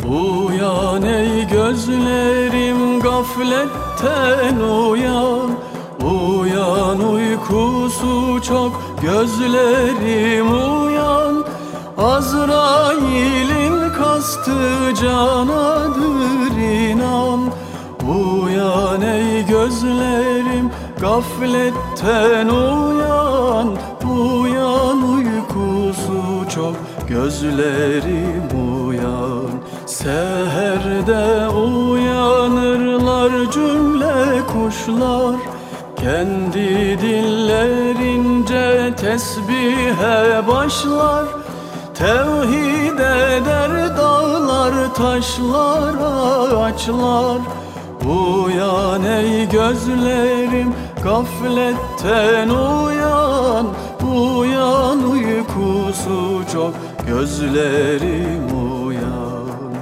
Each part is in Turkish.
Uyan ey gözlerim, gafletten uyan. Uyan, uykusu çok gözlerim, uyan. Azrail'in kastı canadır, inan. Uyan ey gözlerim, gafletten uyan. Uyan, uykusu çok gözlerim, uyan. Seherde uyanırlar cümle kuşlar, kendi dillerince tesbihe başlar. Tevhid eder dağlar, taşlar, ağaçlar. Uyan ey gözlerim, gafletten uyan. Uyan, uykusu çok gözlerim, uyan.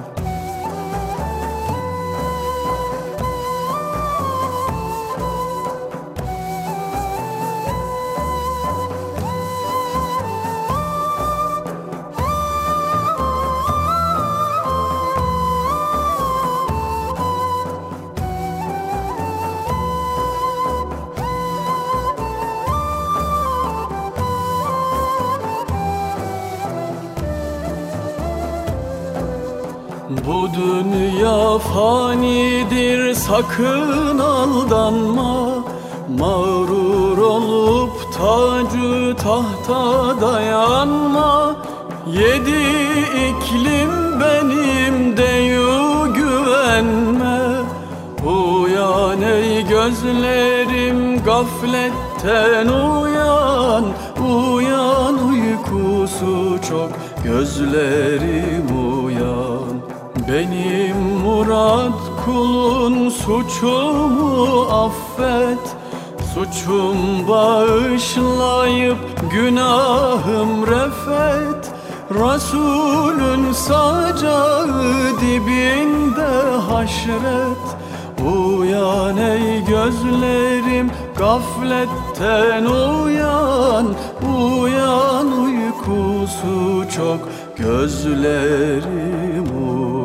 Bu dünya fanidir, sakın aldanma. Mağrur olup tacı tahta dayanma. Yedi iklim benim deyu güvenme. Uyan ey gözlerim, gafletten uyan. Uyan, uykusu çok gözlerim, uyan. Benim murad kulun, suçumu affet. Suçum bağışlayıp günahım refet. Resulün sacağı dibinde haşret. Uyan ey gözlerim, gafletten uyan. Uyan, uykusu çok gözlerim, uyan.